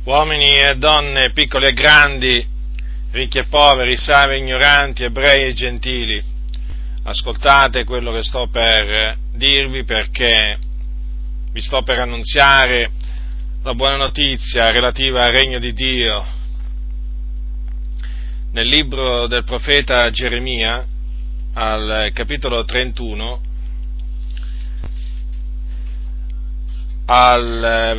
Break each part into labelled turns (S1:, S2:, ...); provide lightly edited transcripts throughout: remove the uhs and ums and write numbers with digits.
S1: Uomini e donne, piccoli e grandi, ricchi e poveri, savi e ignoranti, ebrei e gentili, ascoltate quello che sto per dirvi, perché vi sto per annunziare la buona notizia relativa al regno di Dio. Nel libro del profeta Geremia, al capitolo 31, dal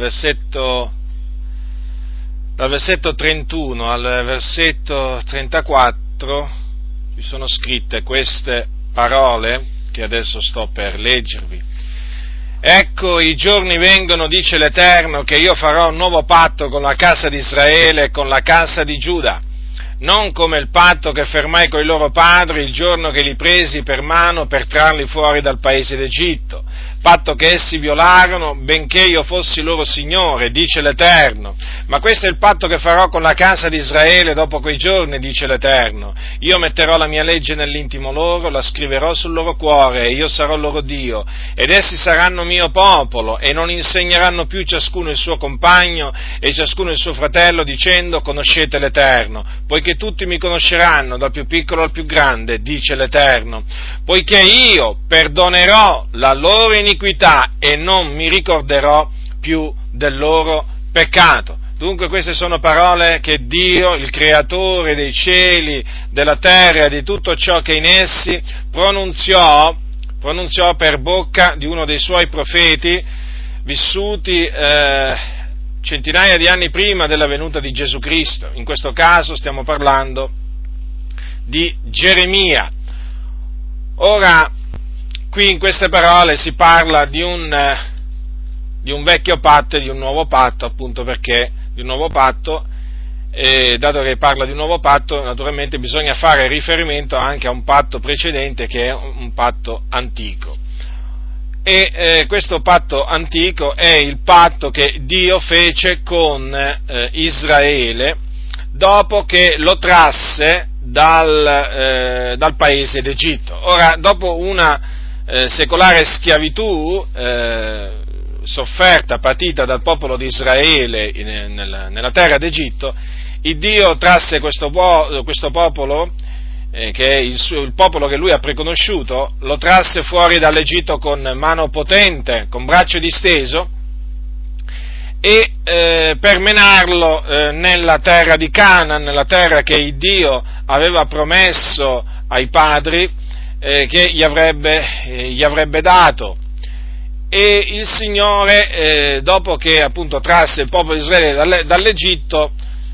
S1: versetto 31 al versetto 34 vi sono scritte queste parole che adesso sto per leggervi. Ecco, i giorni vengono, dice l'Eterno, che io farò un nuovo patto con la casa di Israele e con la casa di Giuda, non come il patto che fermai coi loro padri il giorno che li presi per mano per trarli fuori dal paese d'Egitto, patto che essi violarono, benché io fossi loro Signore, dice l'Eterno. Ma questo è il patto che farò con la casa di Israele dopo quei giorni, dice l'Eterno. Io metterò la mia legge nell'intimo loro, la scriverò sul loro cuore, e io sarò loro Dio, ed essi saranno mio popolo, e non insegneranno più ciascuno il suo compagno e ciascuno il suo fratello, dicendo: conoscete l'Eterno, poiché tutti mi conosceranno, dal più piccolo al più grande, dice l'Eterno, poiché io perdonerò la loro iniquità e non mi ricorderò più del loro peccato. Dunque queste sono parole che Dio, il creatore dei cieli, della terra e di tutto ciò che è in essi, pronunziò per bocca di uno dei suoi profeti, vissuti centinaia di anni prima della venuta di Gesù Cristo. In questo caso stiamo parlando di Geremia. Ora, qui in queste parole si parla di un vecchio patto e di un nuovo patto, appunto perché di un nuovo patto, e dato che parla di un nuovo patto, naturalmente bisogna fare riferimento anche a un patto precedente che è un patto antico. E questo patto antico è il patto che Dio fece con Israele dopo che lo trasse dal paese d'Egitto. Ora, dopo una secolare schiavitù sofferta, patita dal popolo di Israele nella terra d'Egitto, il Dio trasse questo popolo, che è il popolo che lui ha preconosciuto, lo trasse fuori dall'Egitto con mano potente, con braccio disteso, e per menarlo nella terra di Canaan, nella terra che il Dio aveva promesso ai padri che gli avrebbe dato. E il Signore, dopo che appunto trasse il popolo di Israele dall'Egitto,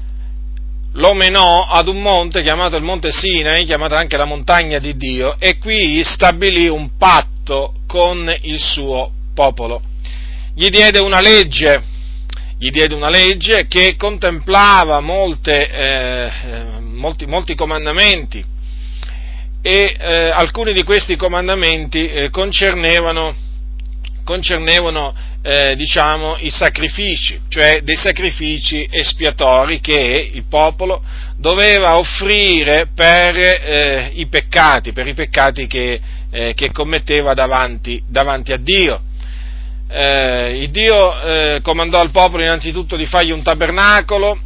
S1: lo menò ad un monte chiamato il Monte Sinai, chiamata anche la montagna di Dio, e qui stabilì un patto con il suo popolo. Gli diede una legge che contemplava molti comandamenti, e alcuni di questi comandamenti concernevano i sacrifici, cioè dei sacrifici espiatori che il popolo doveva offrire per i peccati che commetteva davanti a Dio. Il Dio comandò al popolo innanzitutto di fargli un tabernacolo,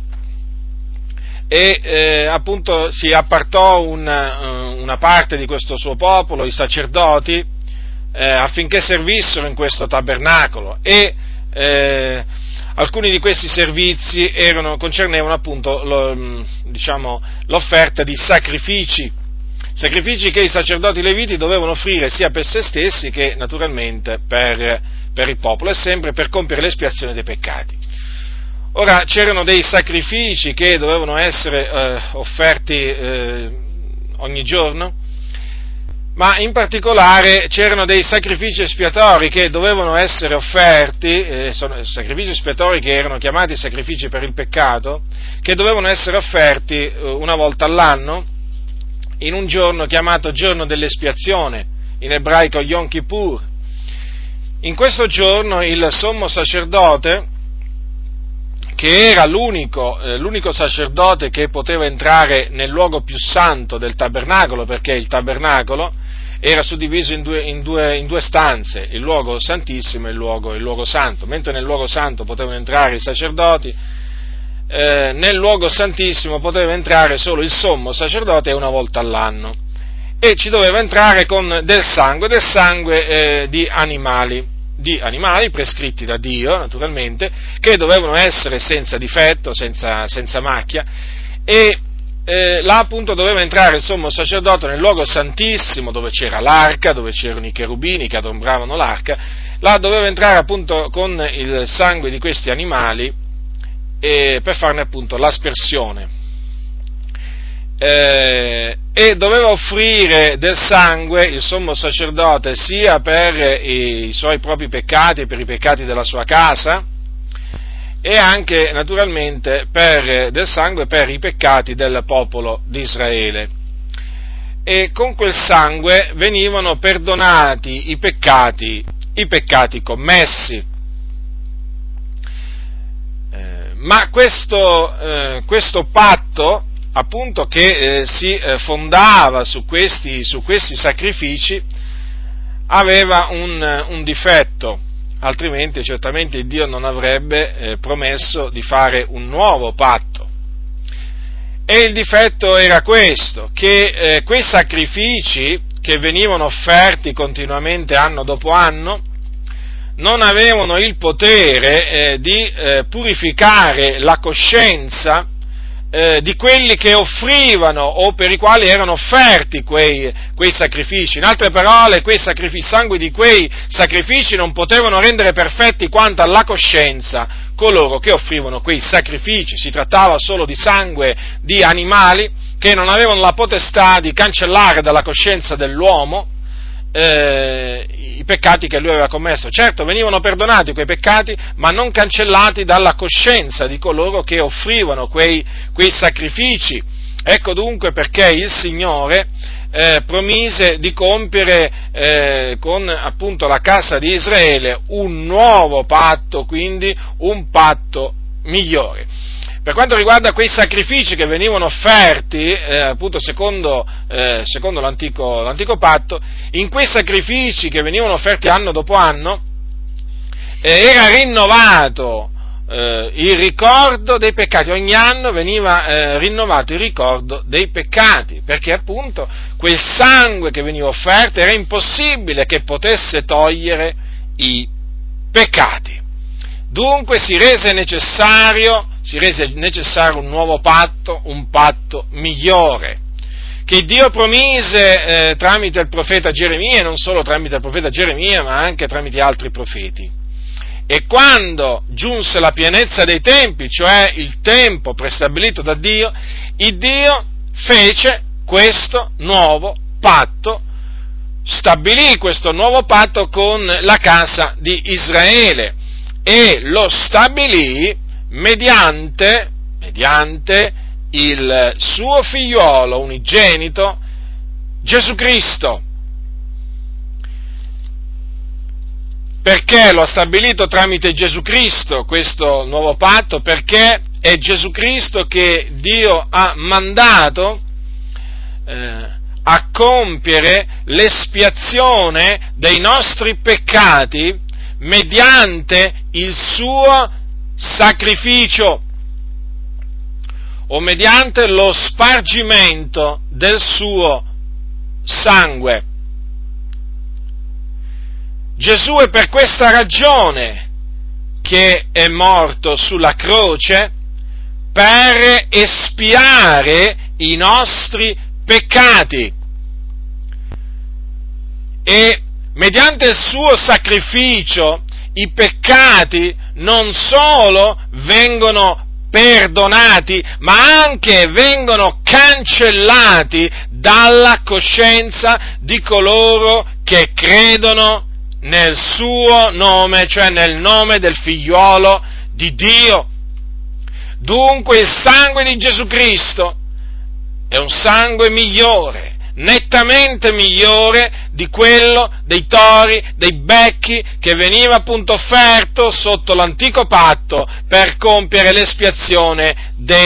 S1: e appunto si appartò una parte di questo suo popolo, i sacerdoti, affinché servissero in questo tabernacolo, e alcuni di questi servizi concernevano appunto l'offerta di sacrifici che i sacerdoti leviti dovevano offrire sia per se stessi che naturalmente per il popolo, e sempre per compiere l'espiazione dei peccati. Ora, c'erano dei sacrifici che dovevano essere offerti ogni giorno, ma in particolare c'erano dei sacrifici espiatori che dovevano essere offerti, sacrifici espiatori che erano chiamati sacrifici per il peccato, che dovevano essere offerti una volta all'anno, in un giorno chiamato giorno dell'espiazione, in ebraico Yom Kippur. In questo giorno il sommo sacerdote, che era l'unico sacerdote che poteva entrare nel luogo più santo del tabernacolo, perché il tabernacolo era suddiviso in due stanze, il luogo santissimo e il luogo santo. Mentre nel luogo santo potevano entrare i sacerdoti, nel luogo santissimo poteva entrare solo il sommo sacerdote una volta all'anno, e ci doveva entrare con del sangue di animali prescritti da Dio, naturalmente, che dovevano essere senza difetto, senza macchia, e là appunto doveva entrare il sommo sacerdote nel luogo santissimo, dove c'era l'arca, dove c'erano i cherubini che adombravano l'arca. Là doveva entrare appunto con il sangue di questi animali per farne appunto l'aspersione, e doveva offrire del sangue il sommo sacerdote sia per i suoi propri peccati, per i peccati della sua casa, e anche naturalmente del sangue per i peccati del popolo di Israele. E con quel sangue venivano perdonati i peccati commessi. Ma questo patto, appunto, che si fondava su questi sacrifici, aveva un difetto, altrimenti certamente Dio non avrebbe promesso di fare un nuovo patto. E il difetto era questo, che quei sacrifici che venivano offerti continuamente anno dopo anno non avevano il potere di purificare la coscienza di quelli che offrivano o per i quali erano offerti quei sacrifici. In altre parole, il sangue di quei sacrifici non potevano rendere perfetti quanto alla coscienza coloro che offrivano quei sacrifici. Si trattava solo di sangue di animali che non avevano la potestà di cancellare dalla coscienza dell'uomo i peccati che lui aveva commesso. Certo, venivano perdonati quei peccati, ma non cancellati dalla coscienza di coloro che offrivano quei sacrifici. Ecco dunque perché il Signore promise di compiere con appunto la casa di Israele un nuovo patto, quindi un patto migliore. Per quanto riguarda quei sacrifici che venivano offerti, appunto secondo l'antico patto, in quei sacrifici che venivano offerti anno dopo anno, era rinnovato il ricordo dei peccati. Ogni anno veniva rinnovato il ricordo dei peccati, perché appunto quel sangue che veniva offerto era impossibile che potesse togliere i peccati. Dunque si rese necessario un nuovo patto, un patto migliore, che Dio promise tramite il profeta Geremia, e non solo tramite il profeta Geremia, ma anche tramite altri profeti. E quando giunse la pienezza dei tempi, cioè il tempo prestabilito da Dio, il Dio fece questo nuovo patto, stabilì questo nuovo patto con la casa di Israele, e lo stabilì mediante il suo figliuolo unigenito, Gesù Cristo. Perché lo ha stabilito tramite Gesù Cristo questo nuovo patto? Perché è Gesù Cristo che Dio ha mandato a compiere l'espiazione dei nostri peccati mediante il suo sacrificio, o mediante lo spargimento del suo sangue. Gesù è per questa ragione che è morto sulla croce, per espiare i nostri peccati, e mediante il suo sacrificio i peccati non solo vengono perdonati, ma anche vengono cancellati dalla coscienza di coloro che credono nel suo nome, cioè nel nome del figliuolo di Dio. Dunque il sangue di Gesù Cristo è un sangue migliore, nettamente migliore di quello dei tori, dei becchi che veniva appunto offerto sotto l'antico patto per compiere l'espiazione dei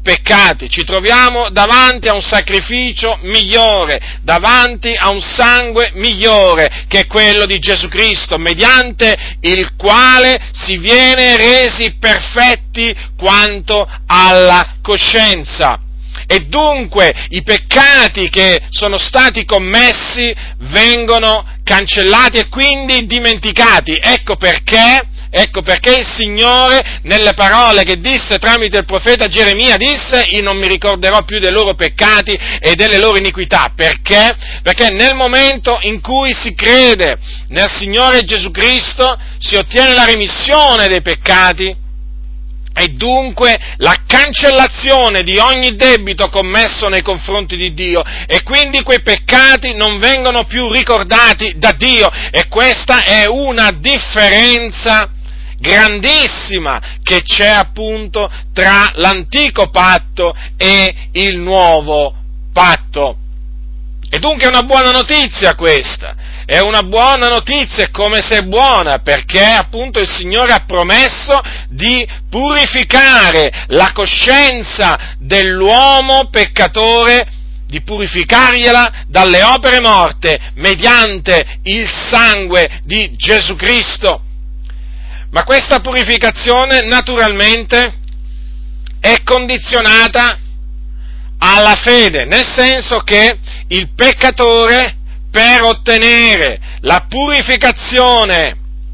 S1: peccati, ci troviamo davanti a un sacrificio migliore, davanti a un sangue migliore, che è quello di Gesù Cristo, mediante il quale si viene resi perfetti quanto alla coscienza. E dunque i peccati che sono stati commessi vengono cancellati e quindi dimenticati. Ecco perché il Signore, nelle parole che disse tramite il profeta Geremia, disse: io non mi ricorderò più dei loro peccati e delle loro iniquità. Perché? Perché nel momento in cui si crede nel Signore Gesù Cristo si ottiene la remissione dei peccati e dunque la cancellazione di ogni debito commesso nei confronti di Dio, e quindi quei peccati non vengono più ricordati da Dio, e questa è una differenza grandissima che c'è appunto tra l'antico patto e il nuovo patto. E dunque è una buona notizia questa, è una buona notizia, è come se è buona, perché appunto il Signore ha promesso di purificare la coscienza dell'uomo peccatore, di purificargliela dalle opere morte mediante il sangue di Gesù Cristo. Ma questa purificazione naturalmente è condizionata alla fede, nel senso che il peccatore, per ottenere la purificazione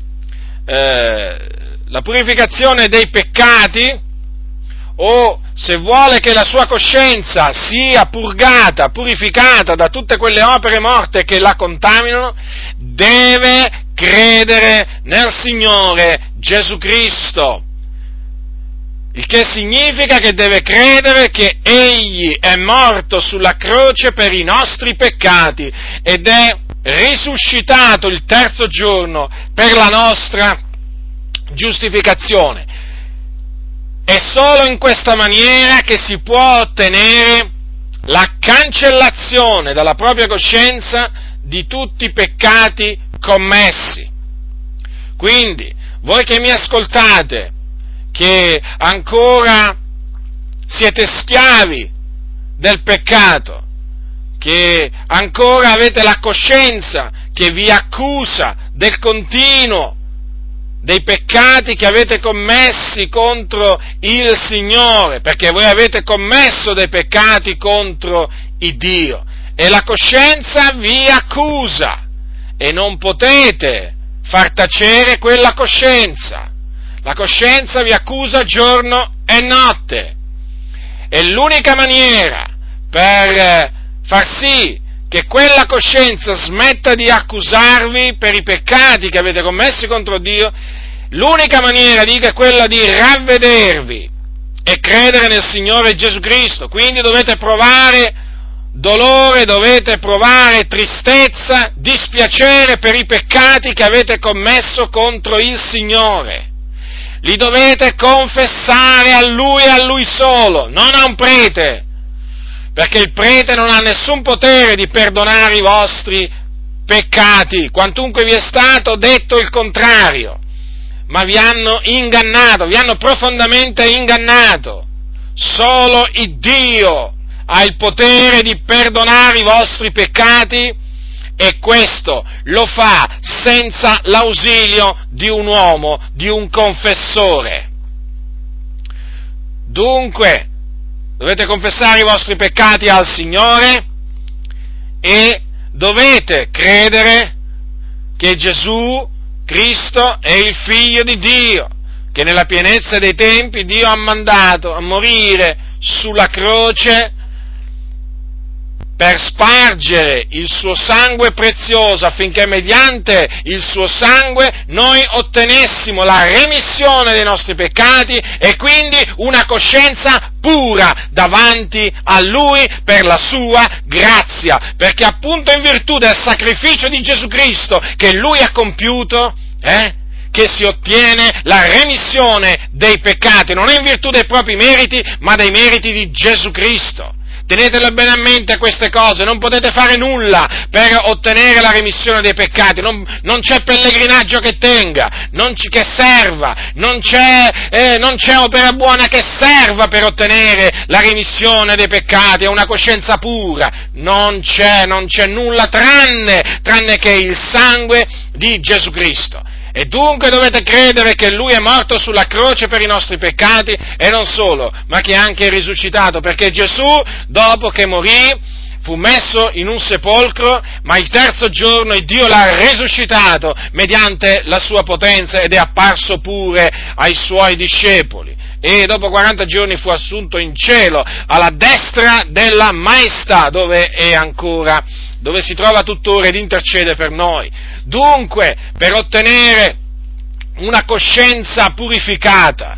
S1: dei peccati, o se vuole che la sua coscienza sia purificata da tutte quelle opere morte che la contaminano, deve credere nel Signore Gesù Cristo. Il che significa che deve credere che Egli è morto sulla croce per i nostri peccati ed è risuscitato il terzo giorno per la nostra giustificazione. È solo in questa maniera che si può ottenere la cancellazione dalla propria coscienza di tutti i peccati commessi. Quindi, voi che mi ascoltate, che ancora siete schiavi del peccato, che ancora avete la coscienza che vi accusa del continuo dei peccati che avete commessi contro il Signore, perché voi avete commesso dei peccati contro il Dio, e la coscienza vi accusa, e non potete far tacere quella coscienza. La coscienza vi accusa giorno e notte, e l'unica maniera per far sì che quella coscienza smetta di accusarvi per i peccati che avete commessi contro Dio, l'unica maniera, dico, è quella di ravvedervi e credere nel Signore Gesù Cristo. Quindi dovete provare dolore, dovete provare tristezza, dispiacere per i peccati che avete commesso contro il Signore. Li dovete confessare a Lui e a Lui solo, non a un prete, perché il prete non ha nessun potere di perdonare i vostri peccati, quantunque vi è stato detto il contrario, ma vi hanno ingannato, vi hanno profondamente ingannato. Solo il Dio ha il potere di perdonare i vostri peccati, e questo lo fa senza l'ausilio di un uomo, di un confessore. Dunque, dovete confessare i vostri peccati al Signore e dovete credere che Gesù Cristo è il Figlio di Dio, che nella pienezza dei tempi Dio ha mandato a morire sulla croce per spargere il suo sangue prezioso, affinché mediante il suo sangue noi ottenessimo la remissione dei nostri peccati e quindi una coscienza pura davanti a Lui per la sua grazia, perché appunto in virtù del sacrificio di Gesù Cristo che Lui ha compiuto, che si ottiene la remissione dei peccati, non è in virtù dei propri meriti, ma dei meriti di Gesù Cristo.
S2: Tenetele bene a mente queste cose, non potete fare nulla per ottenere la remissione dei peccati, non c'è pellegrinaggio che tenga, che serva, non c'è opera buona che serva per ottenere la remissione dei peccati, è una coscienza pura, non c'è nulla tranne che il sangue di Gesù Cristo. E dunque dovete credere che Lui è morto sulla croce per i nostri peccati e non solo, ma che è anche risuscitato, perché Gesù, dopo che morì, fu messo in un sepolcro, ma il terzo giorno Dio l'ha risuscitato mediante la sua potenza ed è apparso pure ai Suoi discepoli. E dopo 40 giorni fu assunto in cielo, alla destra della Maestà, dove si trova tuttora ed intercede per noi. Dunque, per ottenere una coscienza purificata,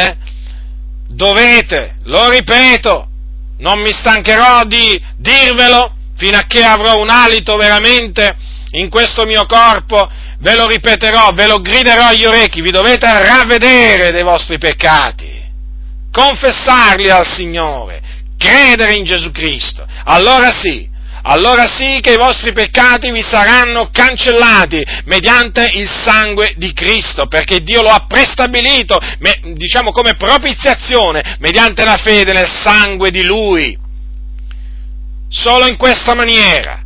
S2: dovete, lo ripeto, non mi stancherò di dirvelo, fino a che avrò un alito veramente in questo mio corpo, ve lo ripeterò, ve lo griderò agli orecchi, vi dovete ravvedere dei vostri peccati, confessarli al Signore, credere in Gesù Cristo, allora sì che i vostri peccati vi saranno cancellati mediante il sangue di Cristo, perché Dio lo ha prestabilito, come propiziazione, mediante la fede nel sangue di Lui. Solo in questa maniera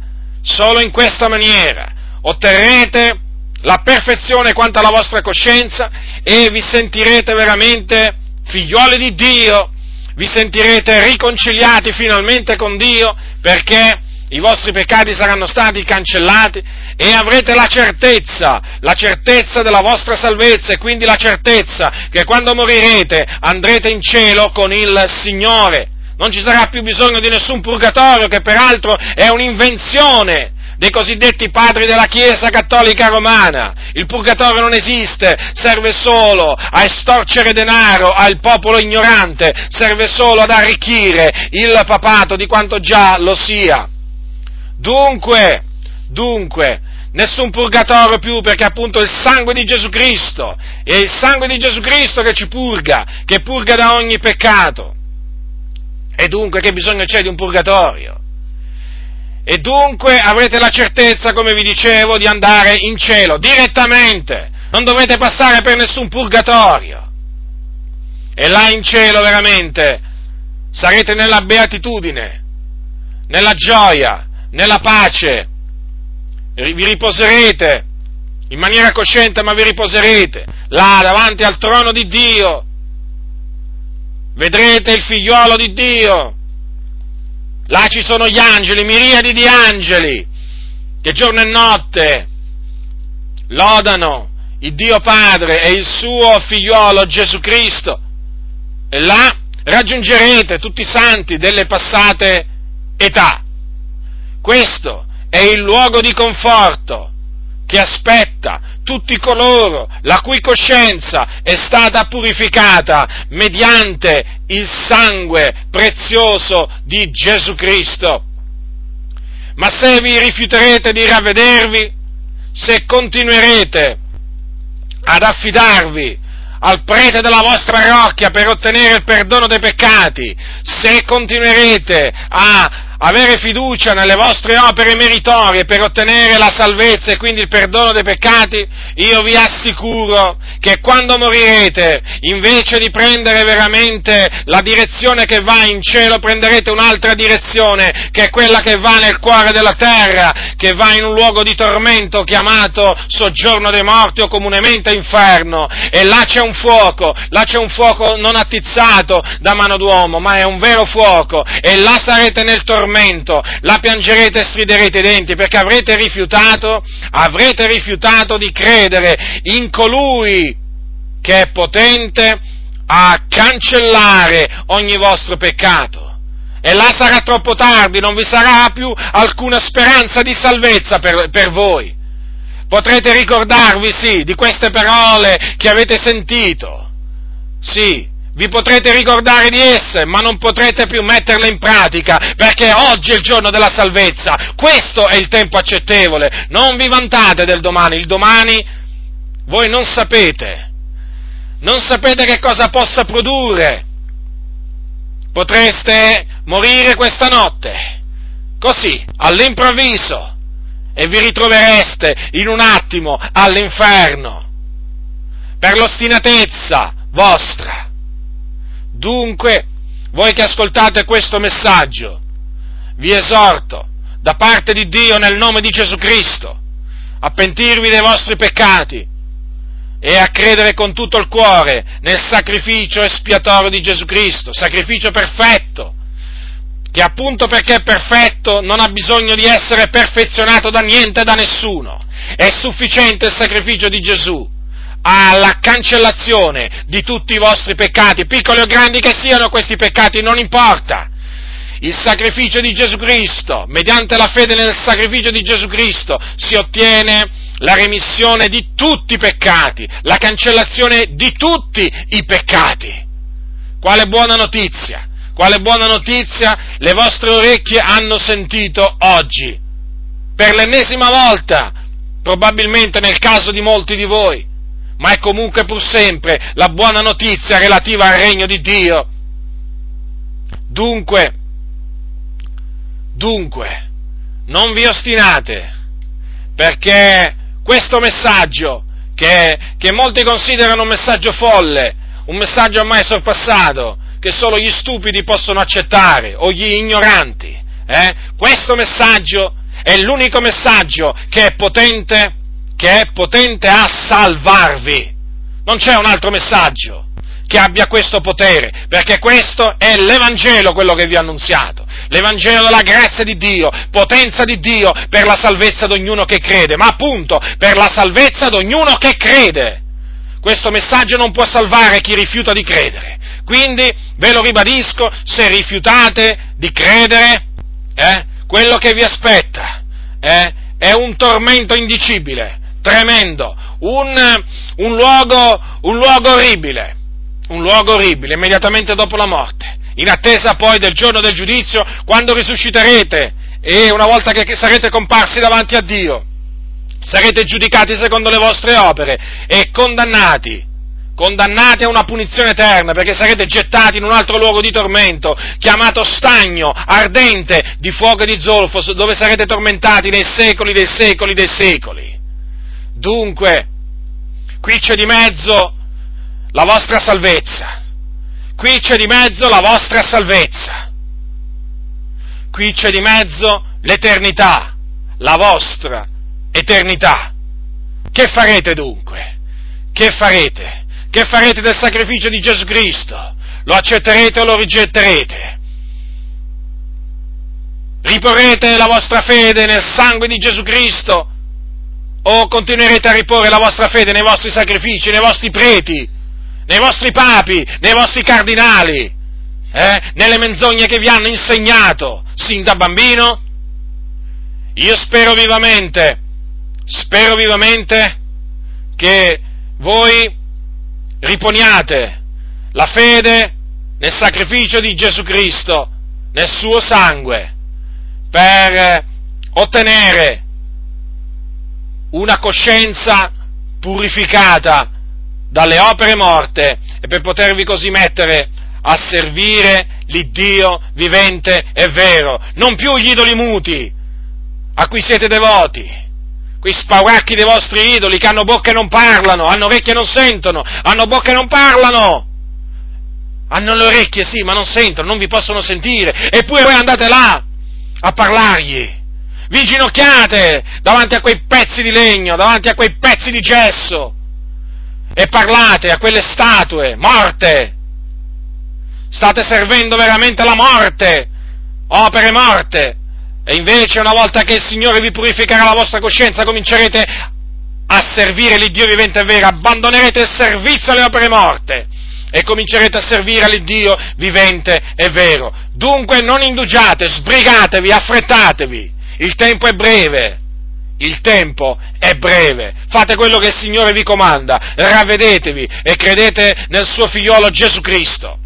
S2: otterrete la perfezione quanto alla vostra coscienza e vi sentirete veramente figlioli di Dio, vi sentirete riconciliati finalmente con Dio, perché i vostri peccati saranno stati cancellati e avrete la certezza della vostra salvezza e quindi la certezza che quando morirete andrete in cielo con il Signore. Non ci sarà più bisogno di nessun purgatorio, che peraltro è un'invenzione dei cosiddetti padri della Chiesa Cattolica Romana. Il purgatorio non esiste, serve solo a estorcere denaro al popolo ignorante, serve solo ad arricchire il papato di quanto già lo sia. Dunque, nessun purgatorio più, perché appunto il sangue di Gesù Cristo, è il sangue di Gesù Cristo che ci purga, che purga da ogni peccato. E dunque che bisogno c'è di un purgatorio? E dunque avrete la certezza, come vi dicevo, di andare in cielo direttamente, non dovrete passare per nessun purgatorio. E là in cielo veramente sarete nella beatitudine, nella gioia, nella pace, vi riposerete in maniera cosciente, ma vi riposerete là davanti al trono di Dio, vedrete il figliuolo di Dio, là ci sono gli angeli, miriadi di angeli, che giorno e notte lodano il Dio Padre e il suo figliuolo Gesù Cristo, e là raggiungerete tutti i santi delle passate età. Questo è il luogo di conforto che aspetta tutti coloro la cui coscienza è stata purificata mediante il sangue prezioso di Gesù Cristo. Ma se vi rifiuterete di ravvedervi, se continuerete ad affidarvi al prete della vostra parrocchia per ottenere il perdono dei peccati, se continuerete a avere fiducia nelle vostre opere meritorie per ottenere la salvezza e quindi il perdono dei peccati, io vi assicuro che quando morirete, invece di prendere veramente la direzione che va in cielo, prenderete un'altra direzione, che è quella che va nel cuore della terra, che va in un luogo di tormento chiamato soggiorno dei morti o comunemente inferno, e là c'è un fuoco non attizzato da mano d'uomo, ma è un vero fuoco, e là sarete nel tormento, là piangerete e striderete i denti, perché avrete rifiutato di credere in colui che è potente a cancellare ogni vostro peccato. E là sarà troppo tardi, non vi sarà più alcuna speranza di salvezza per voi. Potrete ricordarvi, sì, di queste parole che avete sentito, sì, vi potrete ricordare di esse, ma non potrete più metterle in pratica, perché oggi è il giorno della salvezza, questo è il tempo accettevole, non vi vantate del domani, il domani voi non sapete che cosa possa produrre, potreste morire questa notte, così, all'improvviso, e vi ritrovereste in un attimo all'inferno, per l'ostinatezza vostra. Dunque, voi che ascoltate questo messaggio, vi esorto, da parte di Dio, nel nome di Gesù Cristo, a pentirvi dei vostri peccati e a credere con tutto il cuore nel sacrificio espiatorio di Gesù Cristo, sacrificio perfetto, che appunto perché è perfetto non ha bisogno di essere perfezionato da niente e da nessuno. È sufficiente il sacrificio di Gesù alla cancellazione di tutti i vostri peccati, piccoli o grandi che siano questi peccati, non importa. Il sacrificio di Gesù Cristo, mediante la fede nel sacrificio di Gesù Cristo, si ottiene la remissione di tutti i peccati, la cancellazione di tutti i peccati. Quale buona notizia! Quale buona notizia le vostre orecchie hanno sentito oggi, per l'ennesima volta, probabilmente nel caso di molti di voi, ma è comunque pur sempre la buona notizia relativa al regno di Dio. Dunque, non vi ostinate, perché questo messaggio, che molti considerano un messaggio folle, un messaggio ormai sorpassato, che solo gli stupidi possono accettare, o gli ignoranti, questo messaggio è l'unico messaggio che è potente a salvarvi. Non c'è un altro messaggio che abbia questo potere, perché questo è l'Evangelo, quello che vi ho annunziato, l'Evangelo della grazia di Dio, potenza di Dio per la salvezza di ognuno che crede, ma appunto per la salvezza di ognuno che crede. Questo messaggio non può salvare chi rifiuta di credere, quindi ve lo ribadisco, se rifiutate di credere, quello che vi aspetta è un tormento indicibile, tremendo, un luogo orribile, immediatamente dopo la morte, in attesa poi del giorno del giudizio, quando risusciterete e una volta che sarete comparsi davanti a Dio, sarete giudicati secondo le vostre opere e condannati a una punizione eterna, perché sarete gettati in un altro luogo di tormento, chiamato stagno ardente di fuoco e di zolfo, dove sarete tormentati nei secoli dei secoli dei secoli. Dunque, qui c'è di mezzo la vostra salvezza, qui c'è di mezzo la vostra salvezza, qui c'è di mezzo l'eternità, la vostra eternità. Che farete dunque? Che farete? Che farete del sacrificio di Gesù Cristo? Lo accetterete o lo rigetterete? Riporrete la vostra fede nel sangue di Gesù Cristo o continuerete a riporre la vostra fede nei vostri sacrifici, nei vostri preti, nei vostri papi, nei vostri cardinali, nelle menzogne che vi hanno insegnato sin da bambino? Io spero vivamente che voi riponiate la fede nel sacrificio di Gesù Cristo, nel suo sangue, per ottenere una coscienza purificata dalle opere morte e per potervi così mettere a servire l'Iddio vivente e vero, non più gli idoli muti a cui siete devoti, quei spauracchi dei vostri idoli che hanno bocca e non parlano, hanno orecchie e non sentono, hanno bocca e non parlano, hanno le orecchie sì, ma non sentono, non vi possono sentire, eppure voi andate là a parlargli, vi inginocchiate davanti a quei pezzi di legno, davanti a quei pezzi di gesso, e parlate a quelle statue morte, state servendo veramente la morte, opere morte. E invece, una volta che il Signore vi purificherà la vostra coscienza, comincerete a servire l'Iddio vivente e vero, abbandonerete il servizio alle opere morte e comincerete a servire all'Iddio vivente e vero. Dunque non indugiate, sbrigatevi, affrettatevi, il tempo è breve, fate quello che il Signore vi comanda, ravvedetevi e credete nel suo figliolo Gesù Cristo.